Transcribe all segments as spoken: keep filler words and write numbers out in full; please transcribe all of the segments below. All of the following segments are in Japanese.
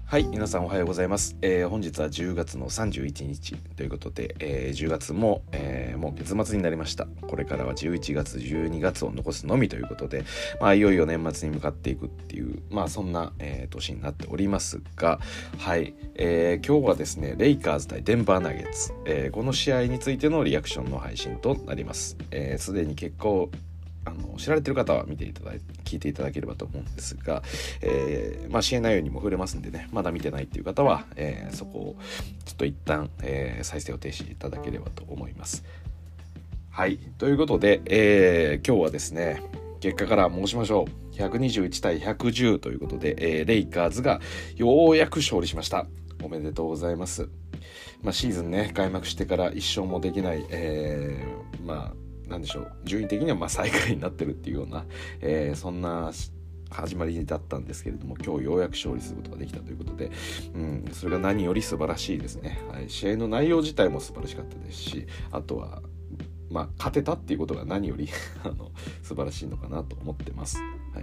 はい、皆さんおはようございます。えー、本日はじゅうがつのさんじゅういちにちということで、えー、じゅうがつも、えー、もう月末になりました。これからはじゅういちがつ、じゅうにがつを残すのみということで、まあいよいよ年末に向かっていくっていう、まあそんな、えー、年になっておりますが、はい、えー、今日はですね、レイカーズ対デンバーナゲッツ、えー、この試合についてのリアクションの配信となります。えー、すでに結果をあの知られている方は見ていただい聞いていただければと思うんですが、えーまあ、試合内容にも触れますんでね、まだ見てないっていう方は、えー、そこをちょっと一旦、えー、再生を停止いただければと思います。はい、ということで、えー、今日はですね、結果から申しましょう。ひゃくにじゅういちたいひゃくじゅうということで、えー、レイカーズがようやく勝利しました。おめでとうございます。まあ、シーズンね開幕してから一勝もできない、えー、まあなんでしょう、順位的にはまあ最下位になってるっていうような、えー、そんな始まりだったんですけれども、今日ようやく勝利することができたということで、うん、それが何より素晴らしいですね。はい、試合の内容自体も素晴らしかったですし、あとはまあ勝てたっていうことが何よりあの素晴らしいのかなと思ってます。はい、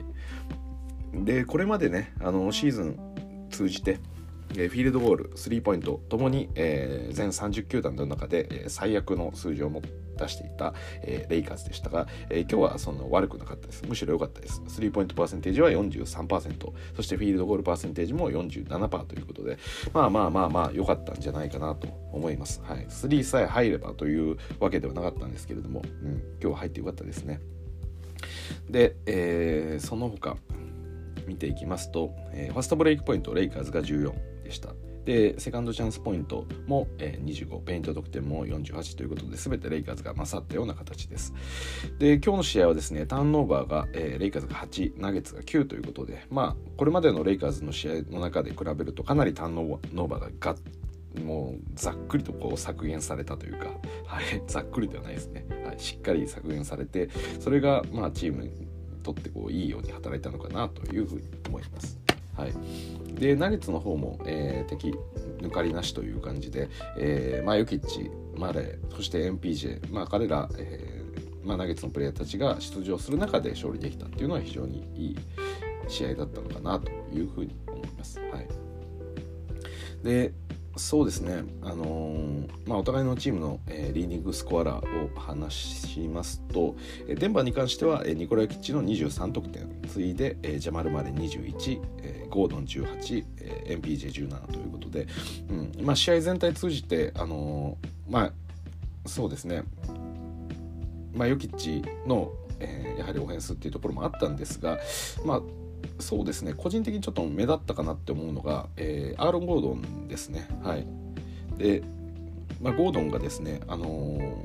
でこれまでね、あのシーズン通じてフィールドゴール、スリーポイントともに、えー、全さんじゅうきゅうだんの中で、えー、最悪の数字を出していた、えー、レイカーズでしたが、えー、今日はその悪くなかったです。むしろ良かったです。スリーポイントパーセンテージは よんじゅうさんパーセント、そしてフィールドゴールパーセンテージも よんじゅうななパーセント ということで、まあまあまあまあ良かったんじゃないかなと思います。はい、スリーさえ入ればというわけではなかったんですけれども、うん、今日は入って良かったですね。で、えー、その他見ていきますと、えー、ファストブレイクポイントレイカーズがじゅうよんでした。でセカンドチャンスポイントも、えー、にじゅうご、ペイント得点もよんじゅうはちということで、全てレイカーズが勝ったような形です。で今日の試合はですね、ターンオーバーが、えー、レイカーズがはち、ナゲッツがきゅうということで、まあこれまでのレイカーズの試合の中で比べるとかなりターンオーバーがガッもうざっくりとこう削減されたというか、はい、ざっくりではないですね、はい、しっかり削減されて、それがまあチームにとってこういいように働いたのかなというふうに思います。はい、でナゲッツの方も、えー、敵抜かりなしという感じで、えーまあ、ヨキッチ、マレー、そして エムピージェー、まあ、彼ら、えーまあ、ナゲッツのプレイヤーたちが出場する中で勝利できたっていうのは非常にいい試合だったのかなというふうに思います。はい、でそうですね、あのーまあ、お互いのチームの、えー、リーディングスコアラーを話しますと、デンバーに関しては、えー、ニコラ・ヨキッチのにじゅうさんとくてん、次いで、えー、ジャマル・マレーにじゅういち、えー、ゴードンじゅうはち、えー、エムピージェーじゅうなな ということで、うんまあ、試合全体通じて、あのー、まあそうですね、まあ、ヨキッチの、えー、やはりオフェンスっていうところもあったんですが、まあそうですね、個人的にちょっと目立ったかなって思うのが、えー、アーロン・ゴードンですね。はい、で、まあ、ゴードンがですね、あのー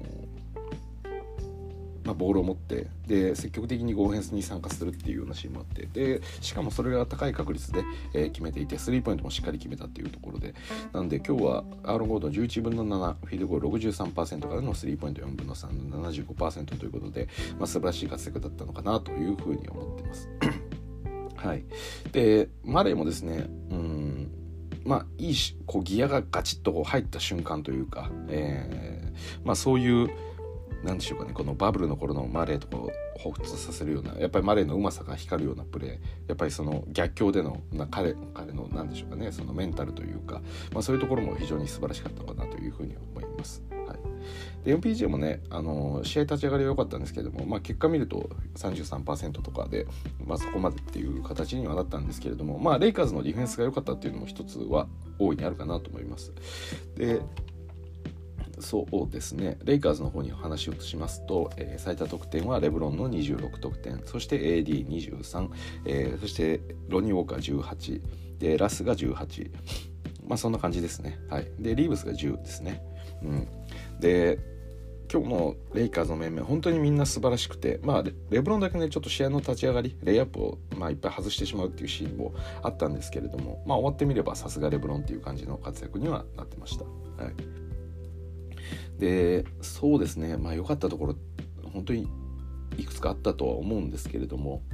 まあ、ボールを持ってで積極的にオフェンスに参加するっていうようなシーンもあって、でしかもそれが高い確率で、えー、決めていて、スリーポイントもしっかり決めたっていうところで、なんで今日はアーロン・ゴードンじゅういちぶんのなな、フィールドゴール ろくじゅうさんパーセント からのスリーポイントよんぶんのさんの ななじゅうごパーセント ということで、まあ、素晴らしい活躍だったのかなというふうに思っています。はい、でマレーもですね、うんまあいいしこうギアがガチッとこう入った瞬間というか、えー、まあそういうなんでしょうかね、このバブルの頃のマレーとかを彷彿させるような、やっぱりマレーのうまさが光るようなプレー、やっぱりその逆境でのな 彼, 彼のなんでしょうかね、そのメンタルというか、まあ、そういうところも非常に素晴らしかったのかなというふうに思います。はい、で エムピージェー もね、あの試合立ち上がりは良かったんですけれども、まあ、結果見ると さんじゅうさんパーセント とかで、まあ、そこまでっていう形にはなったんですけれども、まあ、レイカーズのディフェンスが良かったっていうのも一つは大いにあるかなと思います。でそうですね、レイカーズの方に話をしますと、えー、最多得点はレブロンのにじゅうろくとくてん、そして エーディーにじゅうさん、えー、そしてロニー・ウォーカーじゅうはちでラスがじゅうはち、まあそんな感じですね。はい、でリーブスがじゅうですね。うん、で今日のレイカーズの面々本当にみんな素晴らしくて、まあ レ, レブロンだけねちょっと試合の立ち上がりレイアップを、まあ、いっぱい外してしまうっていうシーンもあったんですけれども、まあ終わってみればさすがレブロンっていう感じの活躍にはなってました。はい、でそうですね、まあ良かったところ本当にいくつかあったとは思うんですけれども、はい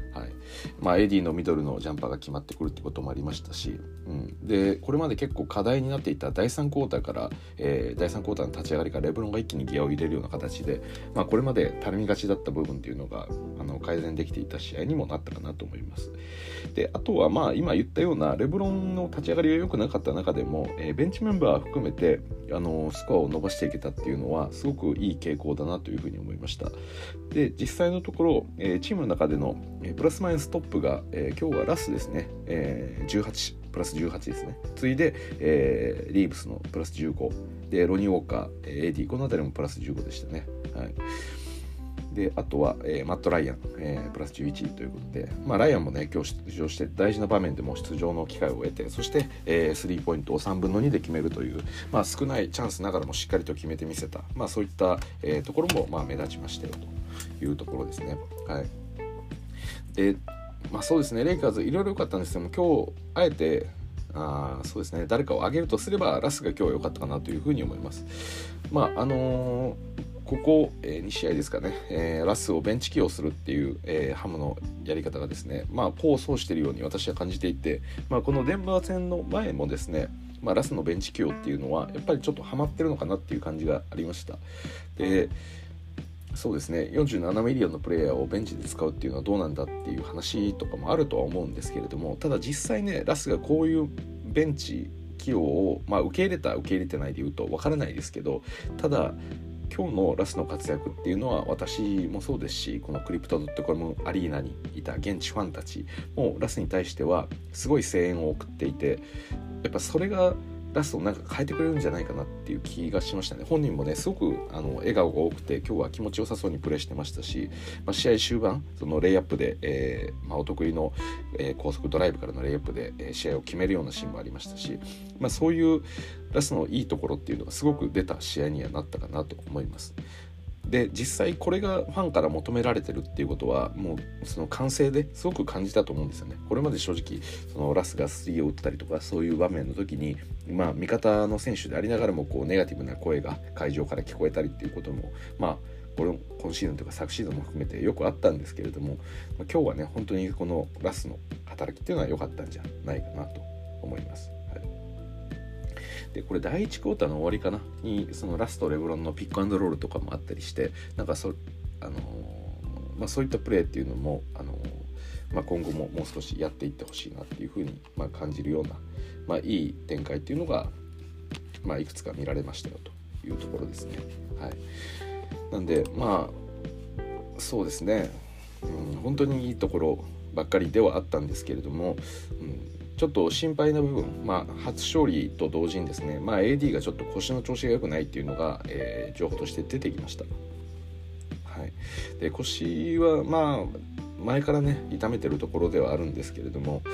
まあ、エディのミドルのジャンパーが決まってくるってこともありましたし、うん、でこれまで結構課題になっていただいさんクォーターから、えー、だいさんクォーターの立ち上がりからレブロンが一気にギアを入れるような形で、まあ、これまでたるみがちだった部分っていうのがあの改善できていた試合にもなったかなと思います。であとはまあ今言ったようなレブロンの立ち上がりが良くなかった中でも、えー、ベンチメンバー含めてあのスコアを伸ばしていけたっていうのはすごくいい傾向だなというふうに思いました。で実際のところ、えー、チームの中での、えー、プラスマイナストップが、えー、今日はラスですね、えー、じゅうはちプラスじゅうはちですね。次いで、えー、リーブスのプラスじゅうごでロニー・ウォーカー、えー、エディこの辺りもプラスじゅうごでしたね。はい。であとは、えー、マット・ライアン、えー、プラスじゅういちということで、まあ、ライアンもね今日出場して大事な場面でも出場の機会を得て、そして、えー、スリーポイントをさんぶんのにで決めるという、まあ、少ないチャンスながらもしっかりと決めてみせた、まあ、そういった、えー、ところも、まあ、目立ちましたよというところですね。はい。でまあそうですね、レイカーズいろいろ良かったんですけども、今日あえてあそうですね誰かを挙げるとすればラスが今日良かったかなというふうに思います。まああのー、ここ、えー、に試合ですかね、えー、ラスをベンチ起用するっていう、えー、ハムのやり方がですね、まあ功を奏しているように私は感じていて、まあ、このデンバー戦の前もですね、まあ、ラスのベンチ起用っていうのはやっぱりちょっとハマってるのかなっていう感じがありました。でそうですね、よんじゅうななミリオンのプレイヤーをベンチで使うっていうのはどうなんだっていう話とかもあるとは思うんですけれども、ただ実際ねラスがこういうベンチ起用を、まあ、受け入れた受け入れてないで言うと分からないですけど、ただ今日のラスの活躍っていうのは私もそうですし、このクリプト .com アリーナにいた現地ファンたちもラスに対してはすごい声援を送っていて、やっぱそれがラストをなんか変えてくれるんじゃないかなっていう気がしましたね。本人もねすごくあの笑顔が多くて今日は気持ちよさそうにプレーしてましたし、まあ、試合終盤そのレイアップで、えーまあ、お得意の、えー、高速ドライブからのレイアップで、えー、試合を決めるようなシーンもありましたし、まあ、そういうラスのいいところっていうのがすごく出た試合にはなったかなと思います。で実際これがファンから求められてるっていうことはもうその完成ですごく感じたと思うんですよね。これまで正直そのラスがスリーを打ったりとかそういう場面の時に、まあ、味方の選手でありながらもこうネガティブな声が会場から聞こえたりっていうこともまあこれ今シーズンというか昨シーズンも含めてよくあったんですけれども、まあ、今日はね本当にこのラスの働きっていうのは良かったんじゃないかなと思います。でこれだいいちクォーターの終わりかなにそのラストレブロンのピックアンドロールとかもあったりして、なんかそ、あのーまあ、そういったプレーっていうのも、あのーまあ、今後ももう少しやっていってほしいなっていうふうに、まあ、感じるような、まあ、いい展開っていうのが、まあ、いくつか見られましたよというところですね。はい、なんでまあそうですね、うん、本当にいいところばっかりではあったんですけれども、うんちょっと心配な部分、まあ、初勝利と同時にですね、まあ、エーディー がちょっと腰の調子が良くないっていうのが、えー、情報として出てきました。はい、で腰はまあ前からね痛めてるところではあるんですけれども、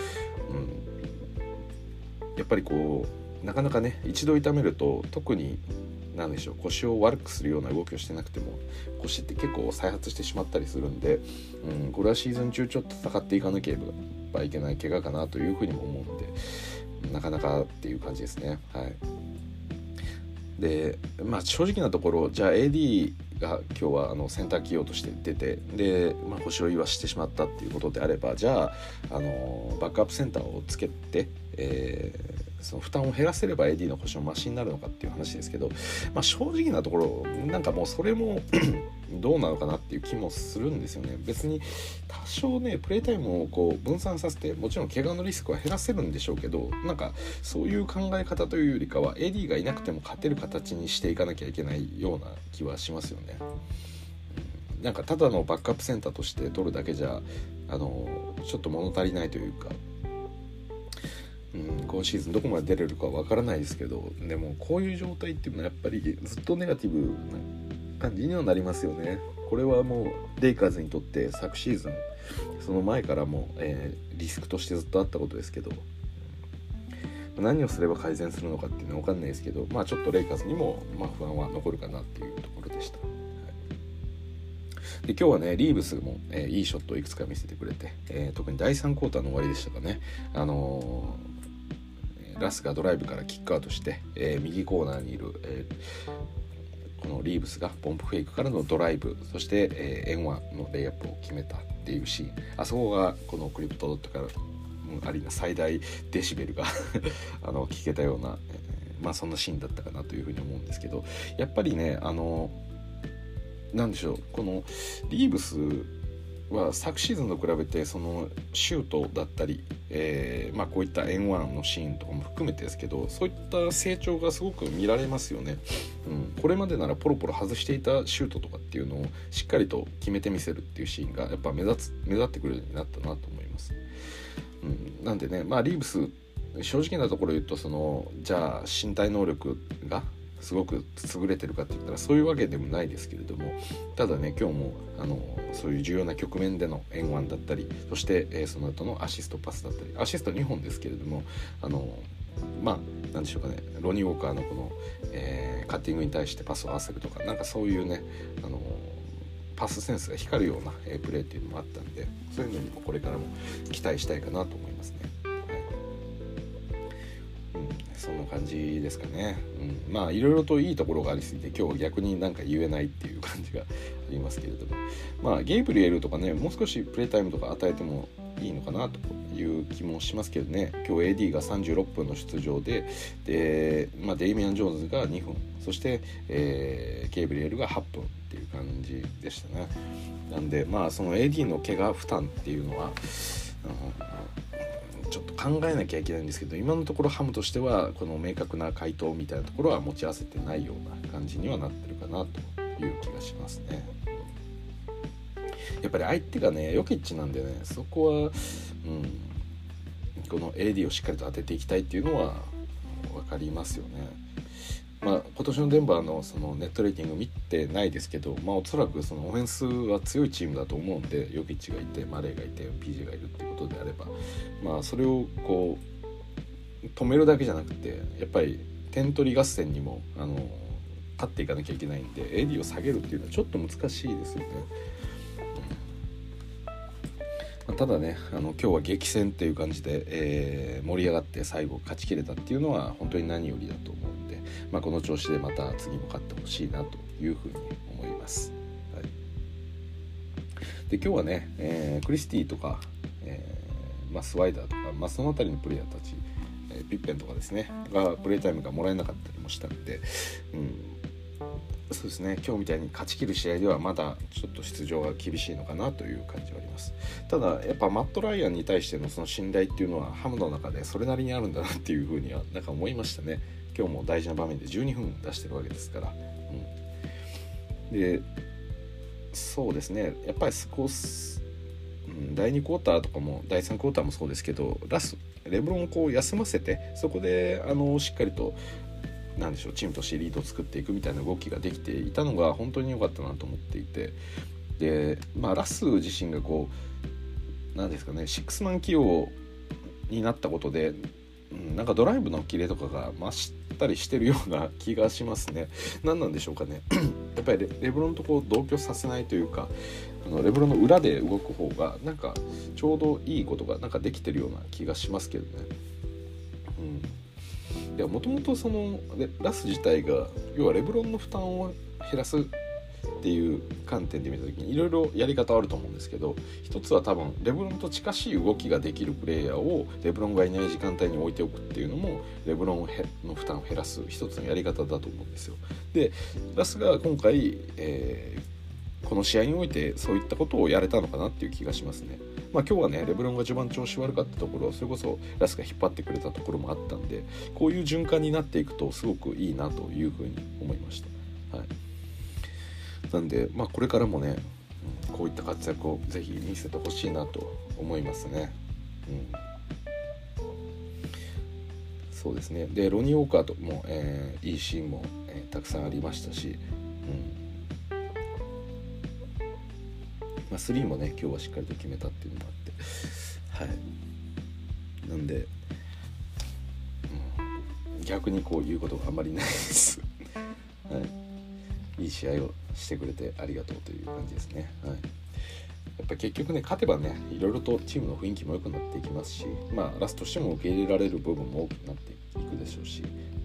うん、やっぱりこうなかなかね一度痛めると特になんでしょう腰を悪くするような動きをしてなくても腰って結構再発してしまったりするんで、うん、これはシーズン中ちょっと戦っていかなければいけない怪我かなというふうにも思うのでなかなかっていう感じですね。はい、でまあ正直なところじゃあ エーディー が今日はあのセンター起用として出てで、まあ、腰を言わしてしまったっていうことであればじゃあ、あのバックアップセンターをつけて、えーその負担を減らせれば エーディー の腰もマシになるのかっていう話ですけど、まあ、正直なところなんかもうそれもどうなのかなっていう気もするんですよね。別に多少ねプレイタイムをこう分散させてもちろん怪我のリスクは減らせるんでしょうけど、なんかそういう考え方というよりかは エーディー がいなくても勝てる形にしていかなきゃいけないような気はしますよね。なんかただのバックアップセンターとして取るだけじゃあのちょっと物足りないというか、うん、今シーズンどこまで出れるかわからないですけど、でもこういう状態っていうのはやっぱりずっとネガティブな感じにはなりますよね。これはもうレイカーズにとって昨シーズンその前からも、えー、リスクとしてずっとあったことですけど、何をすれば改善するのかっていうのは分かんないですけど、まあちょっとレイカーズにも、まあ、不安は残るかなっていうところでした。で今日はねリーブスも、えー、いいショットをいくつか見せてくれて、えー、特にだいさんクォーターの終わりでしたかね、あのー、ラスがドライブからキックアウトして、えー、右コーナーにいる、えー、このリーブスがポンプフェイクからのドライブそして、えー、エンワンのレイアップを決めたっていうシーン、あそこがこのクリプトドットからアリーナ最大デシベルがあの聞けたような、えー、まあそんなシーンだったかなというふうに思うんですけど、やっぱりねあのなんでしょう、このリーブスは昨シーズンと比べてそのシュートだったり、えーまあ、こういったエムワンのシーンとかも含めてですけど、そういった成長がすごく見られますよね、うん、これまでならポロポロ外していたシュートとかっていうのをしっかりと決めてみせるっていうシーンがやっぱ目立つ目立ってくるようになったなと思います、うん、なんでね、まあ、リーブス正直なところ言うとそのじゃあ身体能力がすごく優れてるかって言ったらそういうわけでもないですけれども、ただね今日もあのそういう重要な局面での円ワンだったり、そして、えー、その後のアシストパスだったり、アシストにほんですけれども、あのまあなんでしょうかね、ロニー・ウォーカーのこの、えー、カッティングに対してパスを合わせるとか、なんかそういうねあのパスセンスが光るような、えー、プレーっていうのもあったんで、そういうのにもこれからも期待したいかなと思いますね。そんな感じですかね、うん、まあいろいろといいところがありすぎて今日は逆になんか言えないっていう感じがありますけれども、まあゲイブリエルとかねもう少しプレータイムとか与えてもいいのかなという気もしますけどね。今日 エーディー がさんじゅうろっぷんの出場で、で、まあ、デイミアン・ジョーンズがにふん、そして、えー、ゲイブリエルがはっぷんっていう感じでしたね。なんでまあその エーディー の怪我負担っていうのは、うん、ちょっと考えなきゃいけないんですけど、今のところハムとしてはこの明確な回答みたいなところは持ち合わせてないような感じにはなってるかなという気がしますね。やっぱり相手がねヨキッチなんでね、そこは、うん、この エーディー をしっかりと当てていきたいっていうのは分かりますよね。まあ、今年のデンバーのそのネットレーティング見てないですけど、まあ、おそらくそのオフェンスは強いチームだと思うんで、ヨキッチがいてマレーがいて ピージェー がいるっていうことであれば、まあ、それをこう止めるだけじゃなくてやっぱり点取り合戦にもあの勝っていかなきゃいけないんで エーディー を下げるっていうのはちょっと難しいですよね。ただねあの今日は激戦っていう感じで、えー、盛り上がって最後勝ち切れたっていうのは本当に何よりだと思うんで、まあ、この調子でまた次も勝ってほしいなというふうに思います、はい、で今日はね、えー、クリスティとか、えーまあ、スワイダーとか、まあ、そのあたりのプレイヤーたち、えー、ピッペンとかですねがプレータイムがもらえなかったりもしたので、うんそうですね、今日みたいに勝ち切る試合ではまだちょっと出場が厳しいのかなという感じはあります。ただやっぱマット・ライアンに対してのその信頼っていうのはハムの中でそれなりにあるんだなっていうふうにはなんか思いましたね。今日も大事な場面でじゅうにふん出してるわけですから、うん、でそうですねやっぱり少し、うん、だいにクォーターとかもだいさんクォーターもそうですけど、ラスレブロンをこう休ませてそこであのしっかりとなんでしょうチームとしてリードを作っていくみたいな動きができていたのが本当に良かったなと思っていて、で、まあ、ラス自身がこうなんですかねシックスマン起用になったことで、うん、なんかドライブのキレとかが増したりしてるような気がしますね。何なんでしょうかねやっぱり レ, レブロンとこう同居させないというか、あのレブロンの裏で動く方がなんかちょうどいいことがなんかできてるような気がしますけどね。もともとそのラス自体が要はレブロンの負担を減らすっていう観点で見た時にいろいろやり方あると思うんですけど、一つは多分レブロンと近しい動きができるプレイヤーをレブロンがいない時間帯に置いておくっていうのもレブロンの負担を減らす一つのやり方だと思うんですよ。でラスが今回、えー、この試合においてそういったことをやれたのかなっていう気がしますね。まあ、今日はねレブロンが序盤調子悪かったところそれこそラスが引っ張ってくれたところもあったんで、こういう循環になっていくとすごくいいなというふうに思いました、はい、なんで、まあ、これからもね、うん、こういった活躍をぜひ見せてほしいなと思いますね、うん、そうですね。でロニー・ウォーカーとも、えー、いいシーンも、えー、たくさんありましたし、うんまあ、スリーもね今日はしっかりと決めたっていうのもあって、はい、なんで、うん、逆にこう言うことがあんまりないです、はい、いい試合をしてくれてありがとうという感じですね、はい、やっぱ結局ね勝てばねいろいろとチームの雰囲気も良くなっていきますし、まあラストしても受け入れられる部分も多くなっていくでしょうし、うん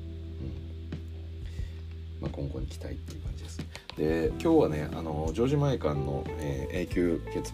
まあ、今後に期待っていう感じです。で今日はねあのジョージ・マイカンの、えー、永久欠番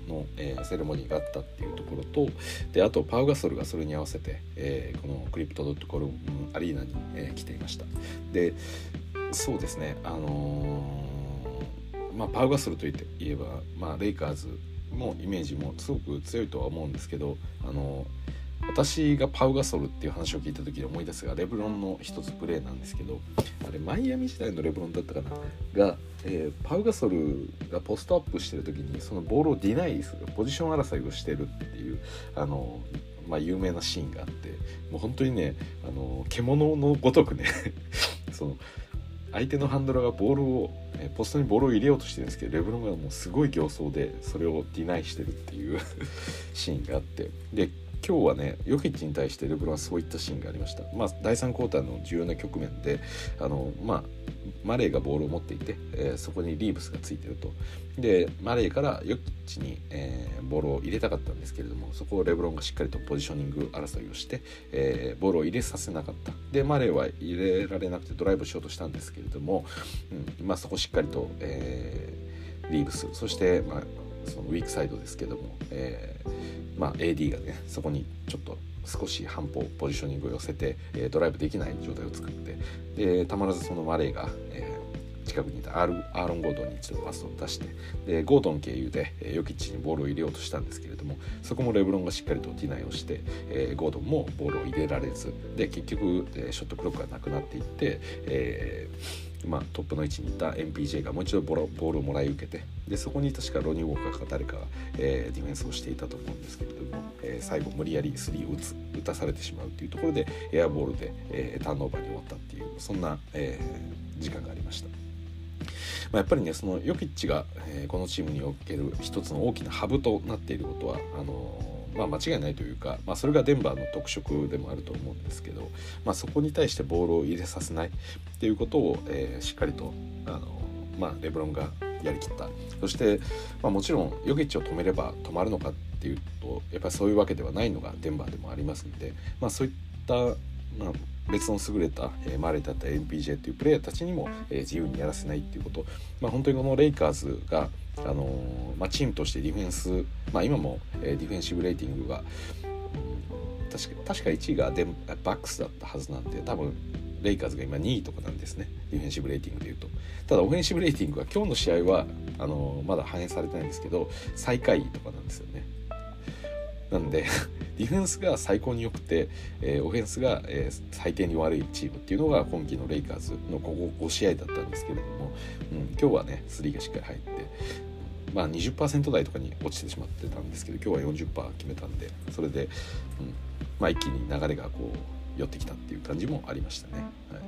の、えー、セレモニーがあったっていうところと、であとパウガソルがそれに合わせて、えー、このクリプトドットコムアリーナに、えー、来ていました。でそうですね、あのーまあ、パウガソルといえば、まあ、レイカーズのイメージもすごく強いとは思うんですけど、あのー私がパウガソルっていう話を聞いた時に思い出すがレブロンの一つプレーなんですけど、あれマイアミ時代のレブロンだったかなが、えー、パウガソルがポストアップしてる時にそのボールをディナイするポジション争いをしてるっていうあの、まあ、有名なシーンがあって、もう本当にね、あの獣のごとくねその相手のハンドラーがボールをポストにボールを入れようとしてるんですけど、レブロンがもうすごい形相でそれをディナイしてるっていうシーンがあって、で今日はねヨキッチに対してレブロンはそういったシーンがありました。まあ、だいさんクォーターの重要な局面であの、まあ、マレーがボールを持っていて、えー、そこにリーブスがついてると。でマレーからヨキッチに、えー、ボールを入れたかったんですけれども、そこをレブロンがしっかりとポジショニング争いをして、えー、ボールを入れさせなかった。でマレーは入れられなくてドライブしようとしたんですけれども、うんまあ、そこしっかりと、えー、リーブス、そして、まあ、そのウィークサイドですけども、えーまあ、エーディー がねそこにちょっと少し半歩ポジショニングを寄せて、えー、ドライブできない状態を作って、でたまらずそのマレーが、えー近くにいたアール、アーロン・ゴードンに一度パスを出して、でゴードン経由で、えー、ヨキッチにボールを入れようとしたんですけれども、そこもレブロンがしっかりとディナイをして、えー、ゴードンもボールを入れられずで結局、えー、ショットクロックがなくなっていって、えーまあ、トップの位置にいた エムピージェー がもう一度ボールをもらい受けて、でそこに確かロニー・ウォーカーか誰かが、えー、ディフェンスをしていたと思うんですけれども、えー、最後無理やりスリーを打つ打たされてしまうというところでエアボールで、えー、ターンオーバーに終わったっていう、そんな、えー、時間がありました。まあ、やっぱりねそのヨキッチが、えー、このチームにおける一つの大きなハブとなっていることはあのーまあ、間違いないというか、まあ、それがデンバーの特色でもあると思うんですけど、まあ、そこに対してボールを入れさせないっていうことを、えー、しっかりと、あのーまあ、レブロンがやりきった。そして、まあ、もちろんヨキッチを止めれば止まるのかっていうとやっぱりそういうわけではないのがデンバーでもありますので、まあ、そういった、まあ別の優れた、えー、マレーだった エムピージェー というプレイヤーたちにも、えー、自由にやらせないっていうこと、まあ、本当にこのレイカーズが、あのーまあ、チームとしてディフェンス、まあ、今も、えー、ディフェンシブレーティングが、うん、確か、確かいちいがデンバックスだったはずなんで、多分レイカーズが今にいとかなんですね、ディフェンシブレーティングでいうと。ただオフェンシブレーティングは今日の試合はあのー、まだ反映されてないんですけど最下位とかなんですよね。なんでディフェンスが最高に良くて、えー、オフェンスが、えー、最低に悪いチームっていうのが今季のレイカーズのここご試合だったんですけれども、うん、今日はねスリーがしっかり入って、まあ にじゅっパーセント 台とかに落ちてしまってたんですけど、今日は よんじゅっパーセント 決めたんで、それで、うんまあ、一気に流れがこう寄ってきたっていう感じもありましたね。はい、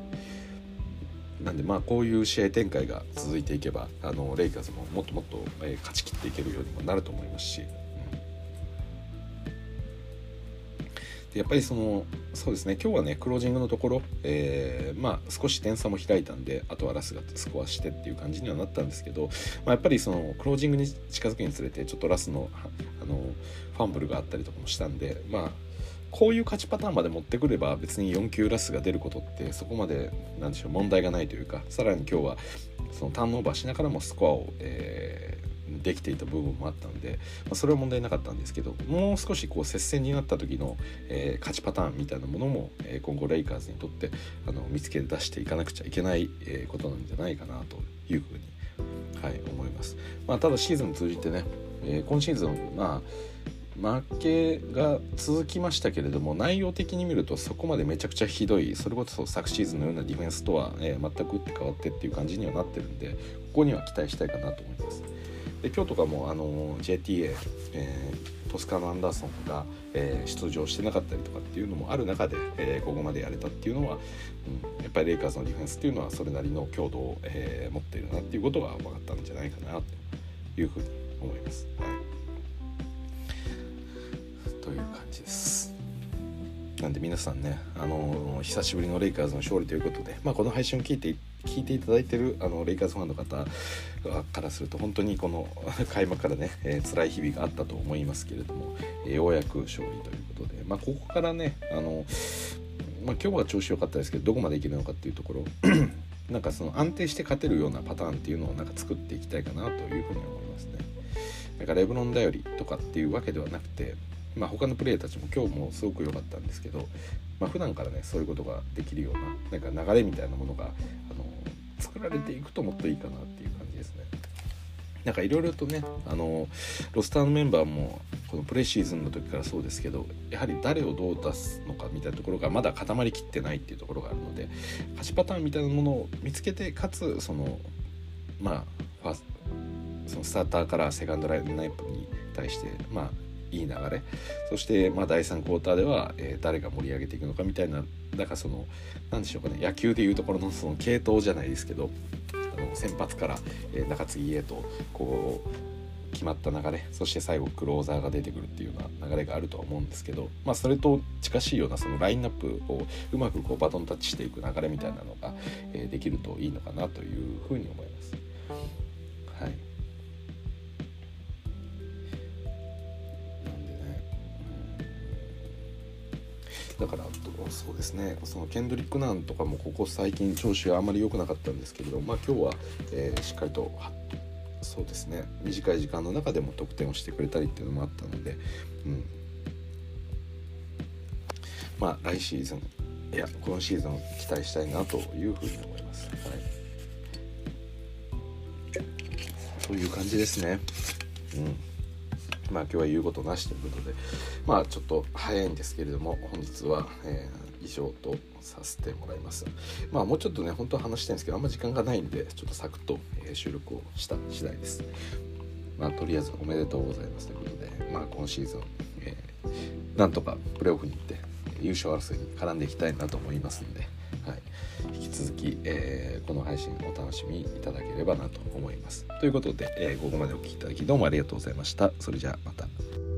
なんでまあこういう試合展開が続いていけばあのレイカーズももっともっと、えー、勝ち切っていけるようにもなると思いますし、やっぱりそのそうですね、今日はねクロージングのところ、えー、まあ少し点差も開いたんで、あとはラスがスコアしてっていう感じにはなったんですけど、まあ、やっぱりそのクロージングに近づくにつれてちょっとラスのあのファンブルがあったりとかもしたんで、まあこういう勝ちパターンまで持ってくれば別によん球ラスが出ることってそこまでなんでしょう問題がないというか、さらに今日はそのターンオーバーしながらもスコアを、えーできていた部分もあったので、まあ、それは問題なかったんですけど、もう少しこう接戦になった時の、えー、勝ちパターンみたいなものも、えー、今後レイカーズにとってあの見つけ出していかなくちゃいけない、えー、ことなんじゃないかなというふうに、はい、思います。まあ、ただシーズン通じてね、えー、今シーズンまあ負けが続きましたけれども、内容的に見るとそこまでめちゃくちゃひどい、それこそ昨シーズンのようなディフェンスとは、えー、全く打って変わってっていう感じにはなってるんで、ここには期待したいかなと思います。で今日とかもあの ジェーティーエー、えー、トスカノ・アンダーソンが、えー、出場してなかったりとかっていうのもある中で、えー、ここまでやれたっていうのは、うん、やっぱりレイカーズのディフェンスっていうのはそれなりの強度を、えー、持っているなっていうことが分かったんじゃないかなというふうに思います。はい、という感じです。なんで皆さんね、あのー、久しぶりのレイカーズの勝利ということで、まあ、この配信を聞いて聞いていただいているあのレイカーズファンの方からすると本当にこの開幕からね、えー、辛い日々があったと思いますけれども、えー、ようやく勝利ということで、まあ、ここからねあの、まあ、今日は調子良かったですけどどこまでいけるのかっていうところなんかその安定して勝てるようなパターンっていうのをなんか作っていきたいかなというふうに思いますね。 なんかレブロン頼りとかっていうわけではなくて、まあ、他のプレイヤーたちも今日もすごく良かったんですけど、まあ、普段からねそういうことができるような、なんか流れみたいなものがあの作られていくともっといいかなっていう感じですね。なんかいろいろとね、あのロスターのメンバーもこのプレシーズンの時からそうですけど、やはり誰をどう出すのかみたいなところがまだ固まりきってないっていうところがあるので、勝ちパターンみたいなものを見つけて、かつそのまあファースそのスターターからセカンドラインナップに対してまあいい流れ、そしてまあだいさんクォーターでは、えー、誰が盛り上げていくのかみたいな、だからその何でしょうかね、野球でいうところのその系統じゃないですけど、あの先発から、えー、中継ぎへとこう決まった流れ、そして最後クローザーが出てくるっていうような流れがあるとは思うんですけど、まあそれと近しいようなそのラインナップをうまくこうバトンタッチしていく流れみたいなのが、えー、できるといいのかなというふうに思います。はい。だからそうですね、そのケンドリック・ナーンとかもここ最近調子はあんまり良くなかったんですけれど、まあ今日は、えー、しっかりとそうですね、短い時間の中でも得点をしてくれたりっていうのもあったので、うん、まあ来シーズンいや今シーズンを期待したいなというふうに思います。はい、という感じですね。うん、まあ今日は言うことなしということで、まあちょっと早いんですけれども本日は、えー、以上とさせてもらいます。まあもうちょっとね本当は話したいんですけど、あんま時間がないんでちょっとサクッと、えー、収録をした次第です。まあとりあえずおめでとうございますということで、まあ今シーズン、えー、なんとかプレーオフに行って優勝争いに絡んでいきたいなと思いますので、はい、引き続き、えー、この配信お楽しみいただければなと思います。ということで、えー、ここまでお聞きいただきどうもありがとうございました。それじゃあまた。